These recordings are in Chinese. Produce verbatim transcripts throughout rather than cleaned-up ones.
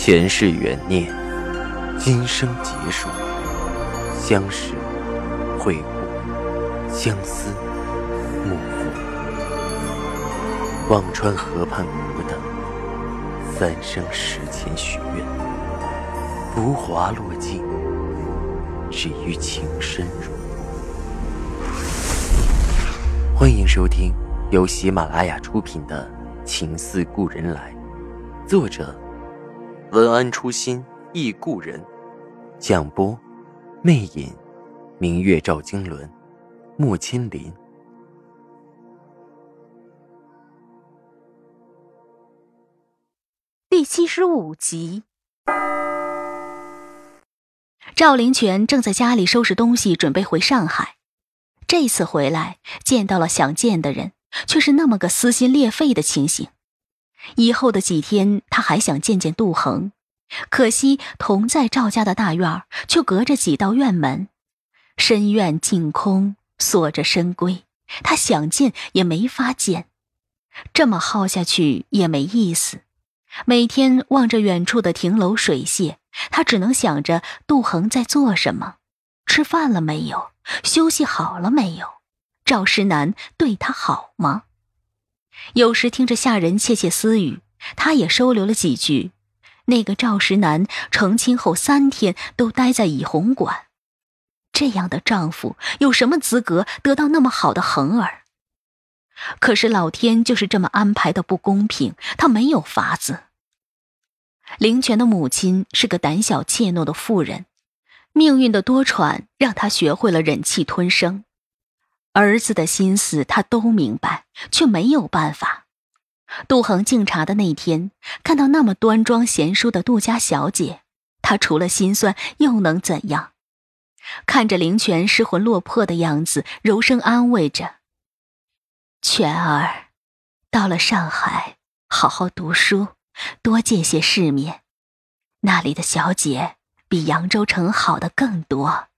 前世缘孽，今生结束，相识会故，相思幕复。忘川河畔孤等，三生石前许愿，浮华落尽，只余情深入。欢迎收听由喜马拉雅出品的《情似故人来》，作者文安初心忆故人，蒋播魅影，明月照经纶，木千林。 第七十五集。赵灵泉正在家里收拾东西，准备回上海。这次回来见到了想见的人，却是那么个撕心裂肺的情形。以后的几天他还想见见杜恒，可惜同在赵家的大院却隔着几道院门，深院净空，锁着深闺，他想见也没法见。这么耗下去也没意思，每天望着远处的亭楼水榭，他只能想着杜恒在做什么，吃饭了没有，休息好了没有，赵石南对他好吗？有时听着下人窃窃私语，他也收留了几句。那个赵石南成亲后三天都待在倚红馆，这样的丈夫有什么资格得到那么好的恒儿？可是老天就是这么安排的不公平，他没有法子。灵泉的母亲是个胆小怯懦的妇人，命运的多舛让她学会了忍气吞声。儿子的心思她都明白，却没有办法。杜恒敬茶的那天，看到那么端庄贤淑的杜家小姐，她除了心酸又能怎样？看着灵泉失魂落魄的样子，柔声安慰着：泉儿，到了上海好好读书，多见些世面，那里的小姐比扬州城好的更多。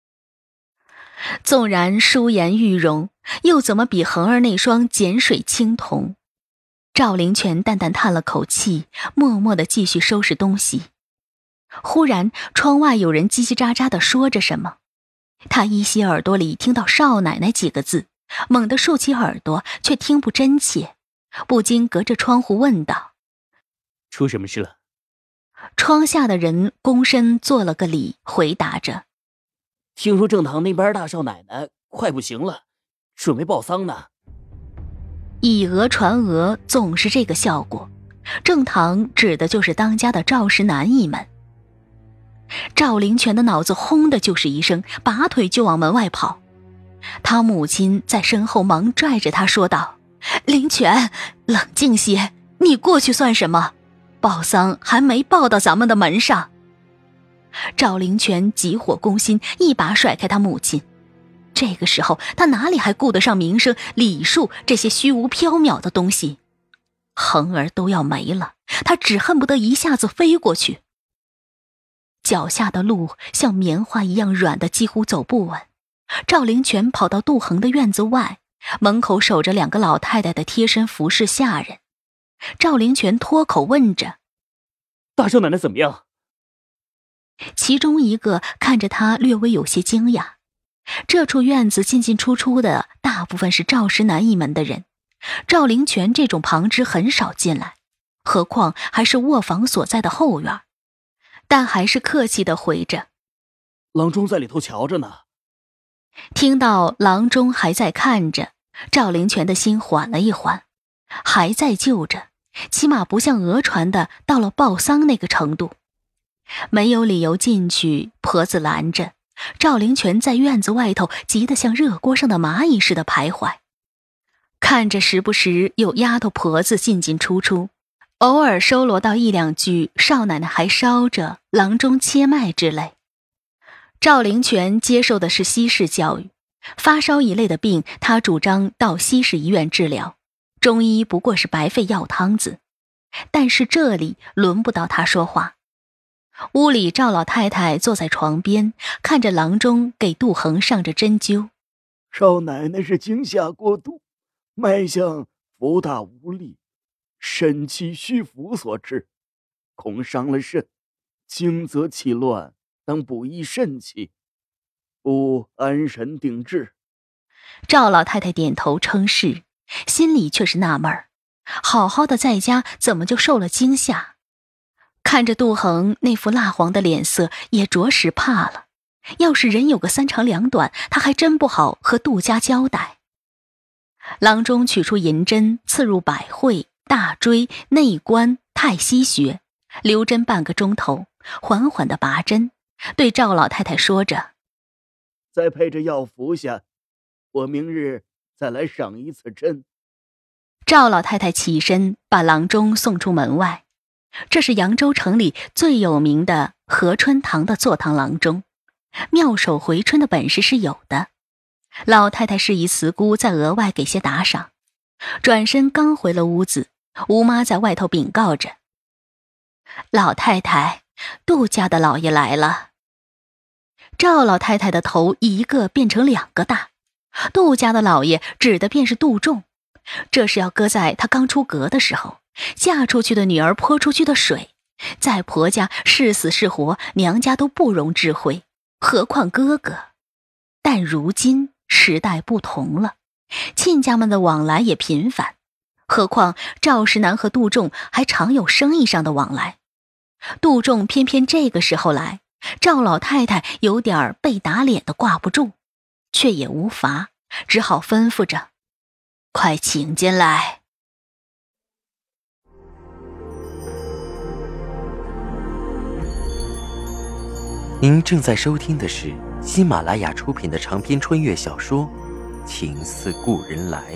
纵然舒颜玉容，又怎么比恒儿那双碱水青瞳？赵灵泉淡淡叹了口气，默默地继续收拾东西。忽然窗外有人叽叽喳喳地说着什么，他依稀耳朵里听到少奶奶几个字，猛地竖起耳朵，却听不真切，不禁隔着窗户问道： 出什么事了？ 窗下的人躬身做了个礼，回答着： 听说正堂那边大少奶奶快不行了，准备报丧呢。 以讹传讹总是这个效果，正堂指的就是当家的赵石南一门。赵灵泉的脑子轰的就是一声，拔腿就往门外跑。他母亲在身后忙拽着他说道：灵泉，冷静些，你过去算什么？报丧还没报到咱们的门上。赵灵泉急火攻心，一把甩开他母亲。这个时候他哪里还顾得上名声礼数这些虚无缥缈的东西？恒儿都要没了，他只恨不得一下子飞过去。脚下的路像棉花一样软的几乎走不稳。赵灵泉跑到杜恒的院子外，门口守着两个老太太的贴身服侍下人。赵灵泉脱口问着： 大少奶奶怎么样？ 其中一个看着他略微有些惊讶。这处院子进进出出的大部分是赵石南一门的人，赵灵泉这种旁支很少进来，何况还是卧房所在的后院，但还是客气地回着： 郎中在里头瞧着呢。 听到郎中还在看着，赵灵泉的心缓了一缓，还在救着，起码不像讹传的到了报丧那个程度。没有理由进去，婆子拦着，赵灵泉在院子外头急得像热锅上的蚂蚁似的徘徊，看着时不时有丫头婆子进进出出，偶尔收罗到一两句少奶奶还烧着，郎中切脉之类。赵灵泉接受的是西式教育，发烧一类的病他主张到西式医院治疗，中医不过是白费药汤子。但是这里轮不到他说话。屋里赵老太太坐在床边，看着郎中给杜恒上着针灸。 少奶奶是惊吓过度，脉象福大无力，肾气虚浮所致。 恐伤了肾，惊则气乱，当补益肾气，不安神定志。 赵老太太点头称是，心里却是纳闷儿，好好的在家怎么就受了惊吓？看着杜恒那副蜡黄的脸色，也着实怕了。要是人有个三长两短，他还真不好和杜家交代。郎中取出银针，刺入百会、大椎、内关、太溪穴，留针半个钟头，缓缓地拔针，对赵老太太说着：“ 再配着药服下，我明日再来赏一次针。” 赵老太太起身，把郎中送出门外。这是扬州城里最有名的和春堂的坐堂郎中，妙手回春的本事是有的。老太太示意慈姑再额外给些打赏，转身刚回了屋子，吴妈在外头禀告着：“老太太，杜家的老爷来了。”赵老太太的头一个变成两个大，杜家的老爷指的便是杜仲，这是要搁在他刚出阁的时候，嫁出去的女儿泼出去的水，在婆家是死是活，娘家都不容置喙，何况哥哥。但如今时代不同了，亲家们的往来也频繁，何况赵石南和杜仲还常有生意上的往来。杜仲偏偏这个时候来，赵老太太有点被打脸的挂不住，却也无法，只好吩咐着：“快请进来。” 您正在收听的是喜马拉雅出品的长篇穿越小说《情似故人来》。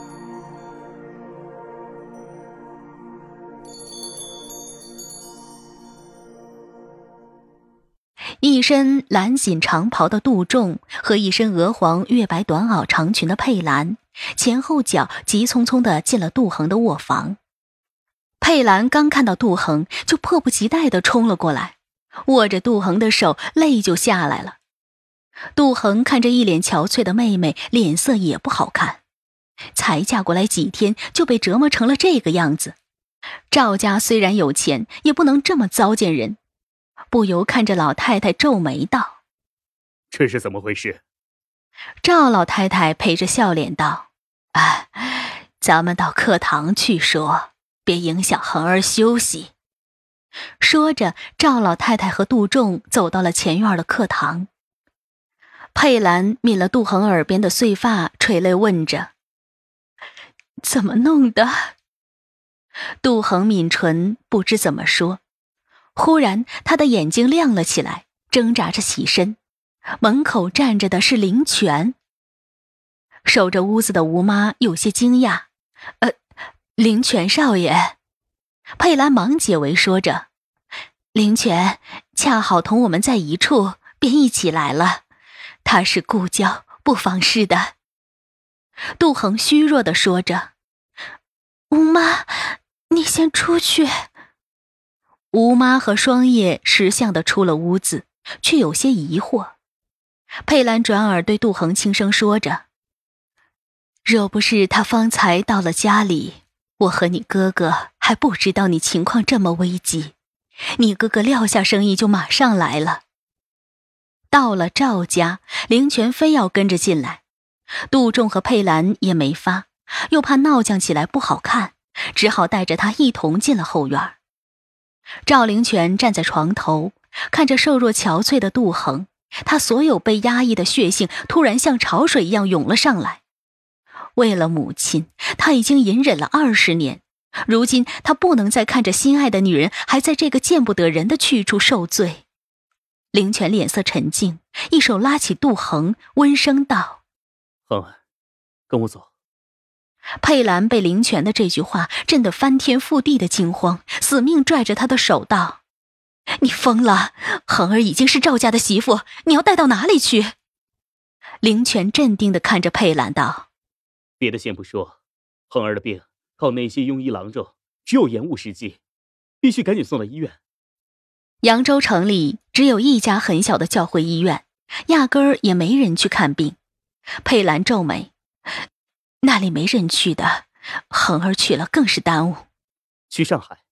一身蓝锦长袍的杜仲和一身鹅黄月白短袄长裙的佩兰，前后脚急匆匆地进了杜恒的卧房。佩兰刚看到杜恒，就迫不及待地冲了过来，握着杜恒的手，泪就下来了。杜恒看着一脸憔悴的妹妹，脸色也不好看，才嫁过来几天就被折磨成了这个样子。赵家虽然有钱，也不能这么糟践人，不由看着老太太皱眉道：“ 这是怎么回事？” 赵老太太陪着笑脸道：“啊，咱们到课堂去说，别影响恒儿休息。”说着，赵老太太和杜仲走到了前院的课堂。佩兰抿了杜恒耳边的碎发，垂泪问着：“怎么弄的？”杜恒抿唇，不知怎么说。忽然他的眼睛亮了起来，挣扎着起身。门口站着的是林泉。守着屋子的吴妈有些惊讶：“呃，林泉少爷。”佩兰忙解围说着：“林泉恰好同我们在一处，便一起来了。他是故交，不妨事的。”杜恒虚弱地说着：“吴妈，你先出去。”吴妈和双叶识相地出了屋子，却有些疑惑。佩兰转耳对杜恒轻声说着：“若不是他方才到了家里，我和你哥哥还不知道你情况这么危急，你哥哥撂下生意就马上来了。”到了赵家，林泉非要跟着进来，杜仲和佩兰也没发，又怕闹将起来不好看，只好带着他一同进了后院。赵灵泉站在床头，看着瘦弱憔悴的杜恒，他所有被压抑的血性突然像潮水一样涌了上来。为了母亲，他已经隐忍了二十年，如今他不能再看着心爱的女人还在这个见不得人的去处受罪。灵泉脸色沉静，一手拉起杜恒，温声道：“ 恒儿，跟我走。” 佩兰被灵泉的这句话震得翻天覆地的惊慌，死命拽着他的手道：“你疯了！恒儿已经是赵家的媳妇，你要带到哪里去？”灵泉镇定地看着佩兰道：“ 别的先不说，恒儿的病靠那些庸医郎中，只有延误时机，必须赶紧送到医院。” 扬州城里只有一家很小的教会医院，压根儿也没人去看病。佩兰皱眉：“那里没人去的，恒儿去了更是耽误。” 去上海，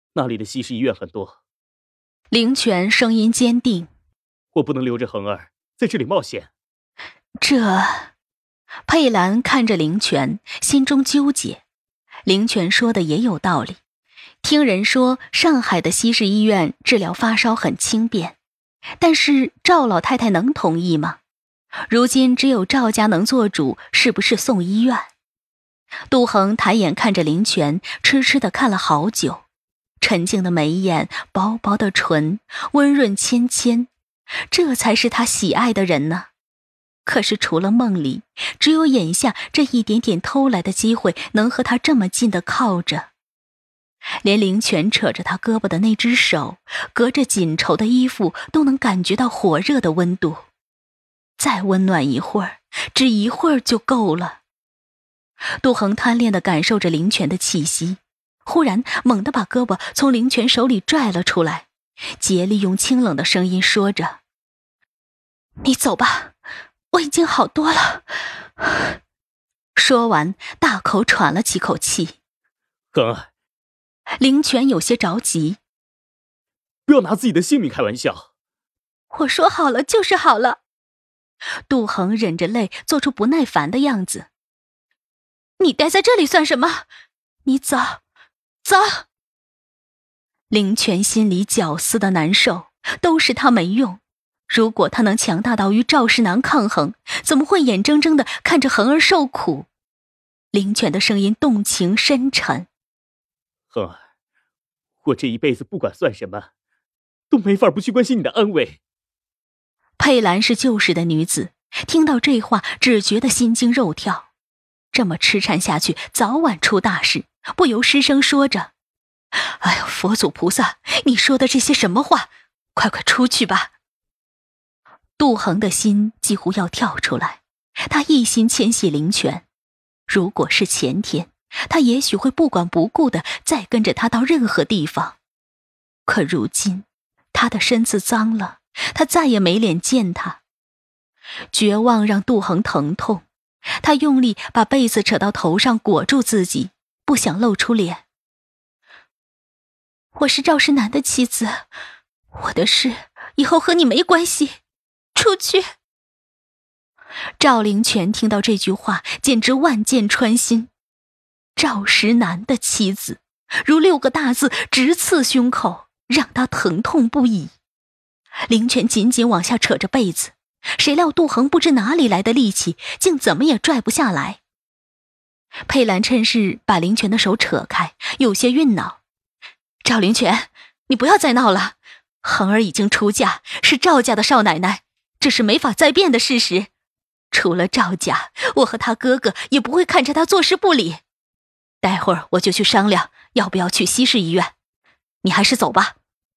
那里的西市医院很多。 灵泉声音坚定， 我不能留着恒儿在这里冒险。 这……佩兰看着灵泉，心中纠结。灵泉说的也有道理，听人说上海的西市医院治疗发烧很轻便，但是赵老太太能同意吗？如今只有赵家能做主，是不是送医院？杜恒抬眼看着灵泉，痴痴地看了好久，沉静的眉眼，薄薄的唇，温润纤纤，这才是他喜爱的人呢。可是除了梦里，只有眼下这一点点偷来的机会，能和他这么近的靠着。连灵泉扯着他胳膊的那只手，隔着紧绸的衣服，都能感觉到火热的温度。再温暖一会儿，只一会儿就够了。杜恒贪恋地感受着灵泉的气息，忽然猛地把胳膊从灵泉手里拽了出来，竭力用清冷的声音说着：“你走吧，我已经好多了。”说完，大口喘了几口气。 恒儿， 灵泉有些着急：“ 不要拿自己的性命开玩笑。”“ 我说好了就是好了。”杜恒忍着泪，做出不耐烦的样子。“你待在这里算什么？你走，走。”灵泉心里绞丝的难受，都是他没用。如果他能强大到与赵世南抗衡，怎么会眼睁睁地看着恒儿受苦？灵泉的声音动情深沉：“ 恒儿，我这一辈子不管算什么，都没法不去关心你的安危。” 佩兰是旧时的女子，听到这话只觉得心惊肉跳。这么痴缠下去，早晚出大事，不由失声说着：“哎呦，佛祖菩萨，你说的这些什么话？快快出去吧！”杜恒的心几乎要跳出来，他一心牵系灵泉。如果是前天，他也许会不管不顾的再跟着他到任何地方。可如今，他的身子脏了，他再也没脸见他。绝望让杜恒疼痛，他用力把被子扯到头上裹住自己，不想露出脸。“我是赵世南的妻子，我的事以后和你没关系，出去。”赵灵泉听到这句话，简直万箭穿心。赵石南的妻子，如六个大字直刺胸口，让他疼痛不已。灵泉紧紧往下扯着被子，谁料杜恒不知哪里来的力气，竟怎么也拽不下来。佩兰趁势把灵泉的手扯开，有些愠恼：“赵灵泉，你不要再闹了。恒儿已经出嫁，是赵家的少奶奶，这是没法再变的事实。除了赵家，我和他哥哥也不会看着他做事不理。待会儿我就去商量要不要去西市医院，你还是走吧。”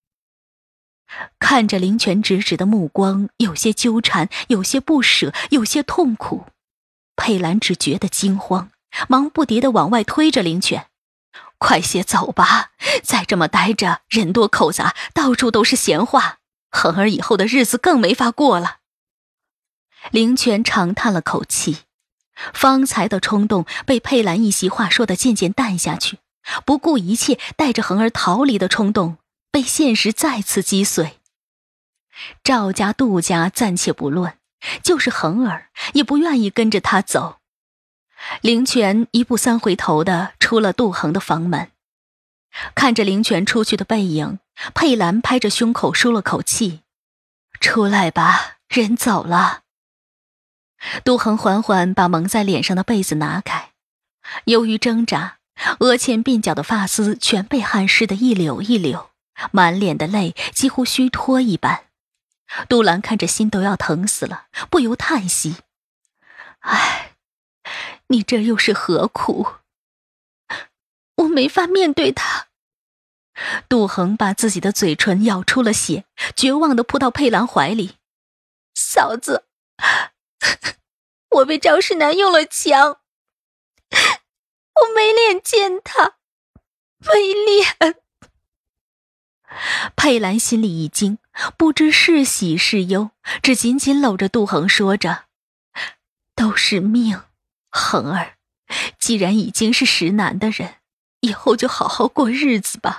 看着灵泉直直的目光，有些纠缠，有些不舍，有些痛苦。佩兰只觉得惊慌，忙不迭地往外推着灵泉：“快些走吧，再这么待着，人多口杂，到处都是闲话，恒儿以后的日子更没法过了。”灵泉长叹了口气，方才的冲动被佩兰一席话说得渐渐淡下去，不顾一切带着恒儿逃离的冲动被现实再次击碎。赵家杜家暂且不论，就是恒儿也不愿意跟着他走。灵泉一步三回头地出了杜恒的房门。看着灵泉出去的背影，佩兰拍着胸口舒了口气：“出来吧，人走了。”杜恒缓缓把蒙在脸上的被子拿开，由于挣扎，额前鬓角的发丝全被汗湿得一绺一绺，满脸的泪几乎虚脱一般。杜兰看着心都要疼死了，不由叹息：“唉，你这又是何苦？我没法面对他。”杜恒把自己的嘴唇咬出了血，绝望地扑到佩兰怀里：“嫂子，我被赵世南用了枪，我没脸见他，没脸。”佩兰心里一惊，不知是喜是忧，只紧紧搂着杜恒说着：“都是命，恒儿，既然已经是石南的人，以后就好好过日子吧。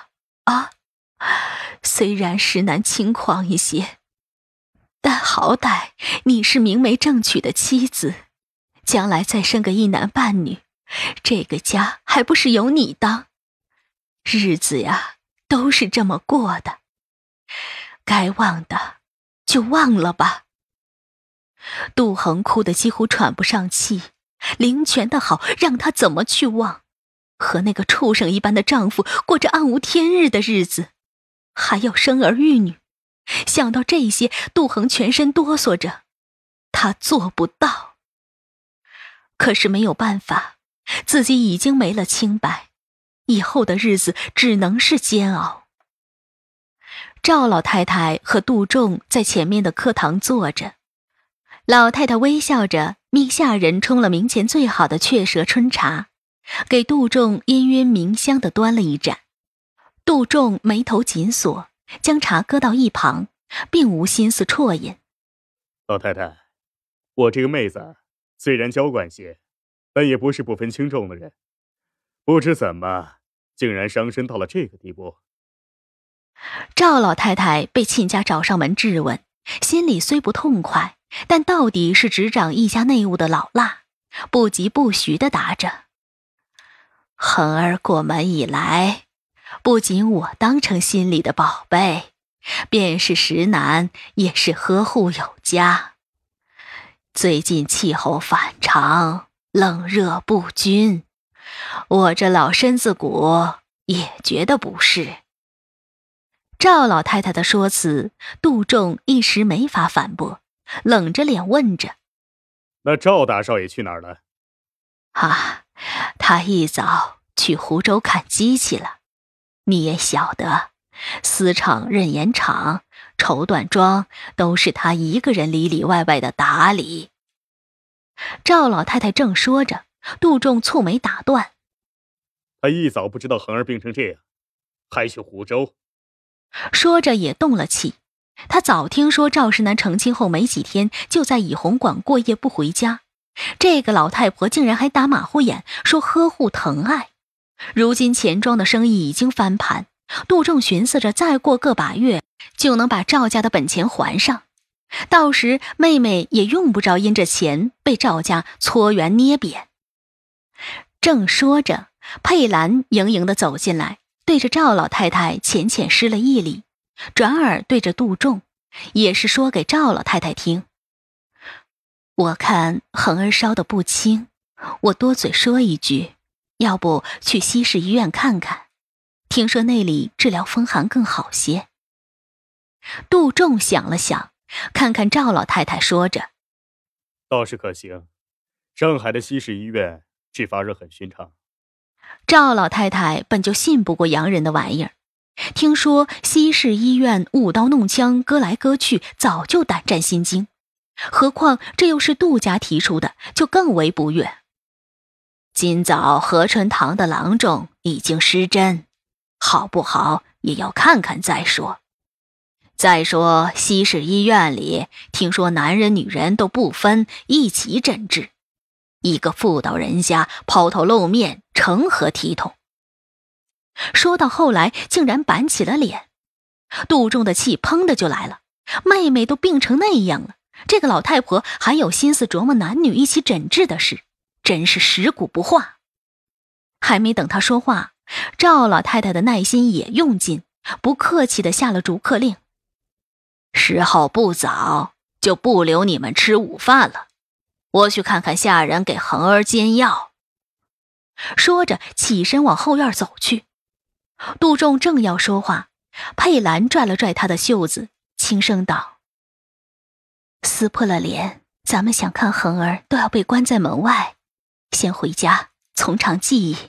啊，虽然实难轻狂一些，但好歹你是明媒正娶的妻子，将来再生个一男半女，这个家还不是由你当？日子呀，都是这么过的，该忘的就忘了吧。杜恒哭得几乎喘不上气，灵泉的好让他怎么去忘？和那个畜生一般的丈夫过着暗无天日的日子，还要生儿育女。想到这些，杜恒全身哆嗦着，他做不到。可是没有办法，自己已经没了清白，以后的日子只能是煎熬。赵老太太和杜仲在前面的课堂坐着，老太太微笑着命下人冲了明前最好的雀舌春茶，给杜仲氤氲明香地端了一盏。杜仲眉头紧锁，将茶搁到一旁，并无心思啜饮。 老太太，我这个妹子虽然娇惯些，但也不是不分轻重的人，不知怎么竟然伤身到了这个地步。 赵老太太被亲家找上门质问，心里虽不痛快，但到底是执掌一家内务的老辣，不疾不徐地答着：恒儿过门以来，不仅我当成心里的宝贝，便是石楠也是呵护有加。最近气候反常，冷热不均，我这老身子骨也觉得不适。赵老太太的说辞，杜仲一时没法反驳，冷着脸问着： 那赵大少爷去哪儿了？ 啊，他一早去湖州看机器了。你也晓得，丝厂、刃盐厂、绸缎庄都是他一个人里里外外的打理。赵老太太正说着，杜仲蹙眉打断： 他一早不知道恒儿病成这样，还去湖州。 说着也动了气，他早听说赵世南成亲后没几天就在以红馆过夜不回家，这个老太婆竟然还打马虎眼，说呵护疼爱。如今钱庄的生意已经翻盘，杜仲寻思着再过个把月就能把赵家的本钱还上，到时妹妹也用不着因着钱被赵家搓圆捏扁。正说着，佩兰盈盈地走进来，对着赵老太太浅浅施了一礼，转而对着杜仲，也是说给赵老太太听：我看恒儿烧得不轻，我多嘴说一句，要不去西市医院看看，听说那里治疗风寒更好些。杜仲想了想，看看赵老太太，说着： 倒是可行，上海的西市医院治发热很寻常。 赵老太太本就信不过洋人的玩意儿，听说西市医院舞刀弄枪，割来割去，早就胆战心惊，何况这又是杜家提出的，就更为不悦。今早和春堂的郎中已经施针，好不好也要看看再说。再说西市医院里听说男人女人都不分，一起诊治，一个妇道人家抛头露面，成何体统？说到后来竟然板起了脸，杜仲的气砰的就来了，妹妹都病成那样了，这个老太婆还有心思琢磨男女一起诊治的事，真是食古不化。还没等他说话，赵老太太的耐心也用尽，不客气地下了逐客令：时候不早，就不留你们吃午饭了，我去看看下人给恒儿煎药。说着起身往后院走去。杜仲正要说话，佩兰拽了拽他的袖子，轻声道：撕破了脸，咱们想看恒儿都要被关在门外，先回家从长计议。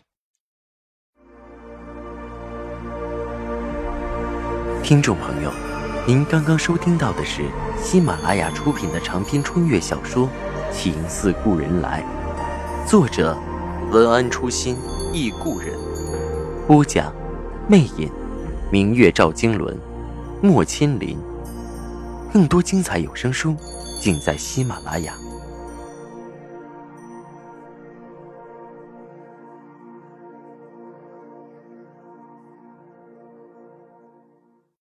听众朋友，您刚刚收听到的是喜马拉雅出品的长篇穿越小说《情似故人来》，作者文安初心忆故人，播讲魅影，明月照经纶，莫千林。更多精彩有声书尽在喜马拉雅。